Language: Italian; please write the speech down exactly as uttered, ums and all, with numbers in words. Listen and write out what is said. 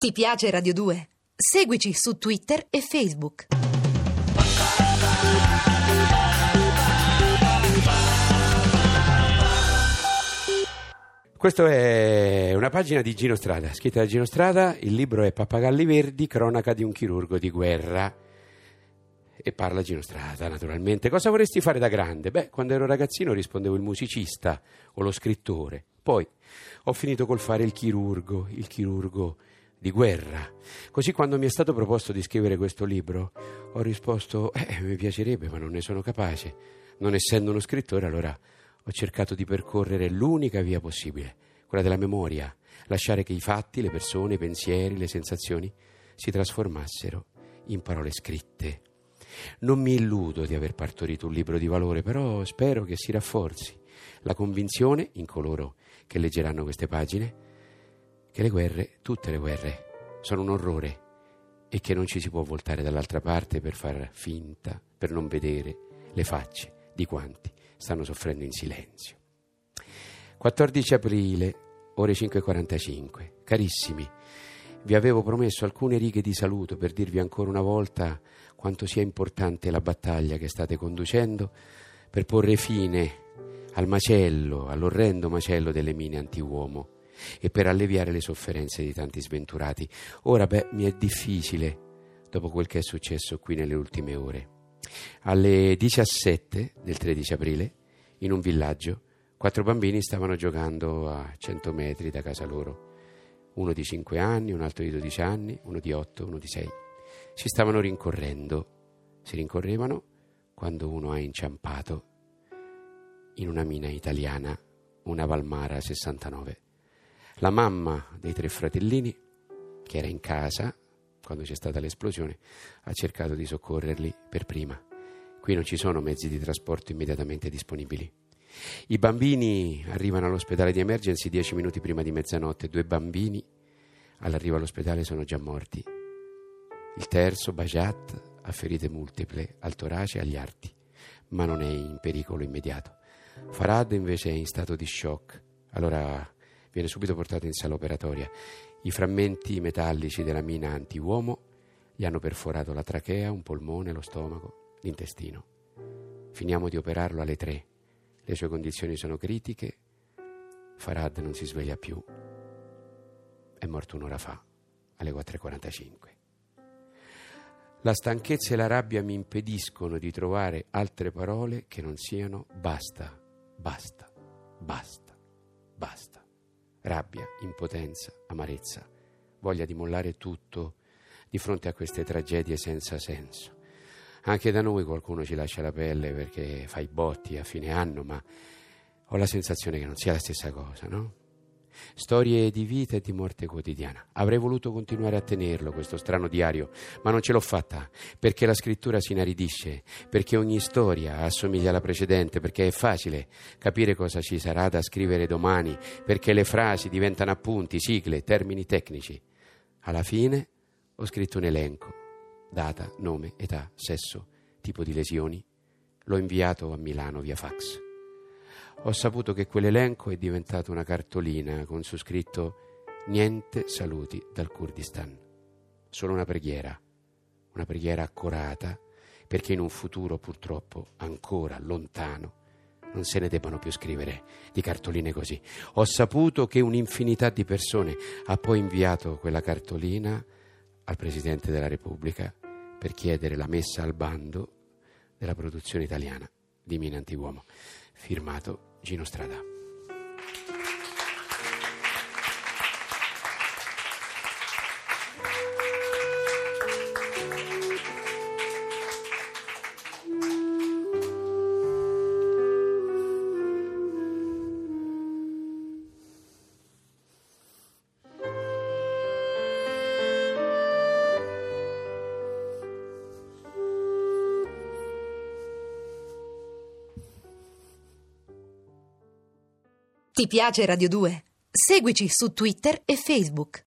Ti piace Radio due? Seguici su Twitter e Facebook. Questa è una pagina di Gino Strada, scritta da Gino Strada. Il libro è Pappagalli Verdi, cronaca di un chirurgo di guerra. E parla Gino Strada, naturalmente. Cosa vorresti fare da grande? Beh, quando ero ragazzino rispondevo il musicista o lo scrittore. Poi ho finito col fare il chirurgo, il chirurgo di guerra. Così quando mi è stato proposto di scrivere questo libro, ho risposto, eh, mi piacerebbe, ma non ne sono capace. Non essendo uno scrittore, allora ho cercato di percorrere l'unica via possibile, quella della memoria, lasciare che i fatti, le persone, i pensieri, le sensazioni si trasformassero in parole scritte. Non mi illudo di aver partorito un libro di valore, però spero che si rafforzi la convinzione in coloro che leggeranno queste pagine che le guerre, tutte le guerre, sono un orrore e che non ci si può voltare dall'altra parte per far finta, per non vedere le facce di quanti stanno soffrendo in silenzio. quattordici aprile, ore cinque e quarantacinque. Carissimi, vi avevo promesso alcune righe di saluto per dirvi ancora una volta quanto sia importante la battaglia che state conducendo per porre fine al macello, all'orrendo macello delle mine antiuomo e per alleviare le sofferenze di tanti sventurati. Ora, beh, mi è difficile dopo quel che è successo qui nelle ultime ore. Alle diciassette del tredici aprile, in un villaggio, quattro bambini stavano giocando a cento metri da casa loro. Uno di cinque anni, un altro di dodici anni, uno di otto, uno di sei. Si stavano rincorrendo. Si rincorrevano quando uno ha inciampato in una mina italiana, una Valmara sessantanove. La mamma dei tre fratellini, che era in casa quando c'è stata l'esplosione, ha cercato di soccorrerli per prima. Qui non ci sono mezzi di trasporto immediatamente disponibili. I bambini arrivano all'ospedale di emergency dieci minuti prima di mezzanotte. Due bambini all'arrivo all'ospedale sono già morti. Il terzo, Bajat, ha ferite multiple al torace e agli arti, ma non è in pericolo immediato. Farad invece è in stato di shock. Allora viene subito portato in sala operatoria. I frammenti metallici della mina antiuomo gli hanno perforato la trachea, un polmone, lo stomaco, l'intestino. Finiamo di operarlo alle tre. Le sue condizioni sono critiche. Farad non si sveglia più. È morto un'ora fa, alle quattro e quarantacinque. La stanchezza e la rabbia mi impediscono di trovare altre parole che non siano basta, basta, basta, basta. Rabbia, impotenza, amarezza, voglia di mollare tutto di fronte a queste tragedie senza senso. Anche da noi qualcuno ci lascia la pelle perché fa i botti a fine anno, ma ho la sensazione che non sia la stessa cosa, no? Storie di vita e di morte quotidiana. Avrei voluto continuare a tenerlo, questo strano diario, ma non ce l'ho fatta, perché la scrittura si inaridisce, perché ogni storia assomiglia alla precedente, perché è facile capire cosa ci sarà da scrivere domani, perché le frasi diventano appunti, sigle, termini tecnici. Alla fine ho scritto un elenco, data, nome, età, sesso, tipo di lesioni. L'ho inviato a Milano via fax. Ho saputo che quell'elenco è diventato una cartolina con su scritto niente saluti dal Kurdistan. Solo una preghiera, una preghiera accorata, perché in un futuro purtroppo ancora lontano non se ne debbano più scrivere di cartoline così. Ho saputo che un'infinità di persone ha poi inviato quella cartolina al Presidente della Repubblica per chiedere la messa al bando della produzione italiana di mine antiuomo. Firmato Gino Strada. Ti piace Radio due? Seguici su Twitter e Facebook.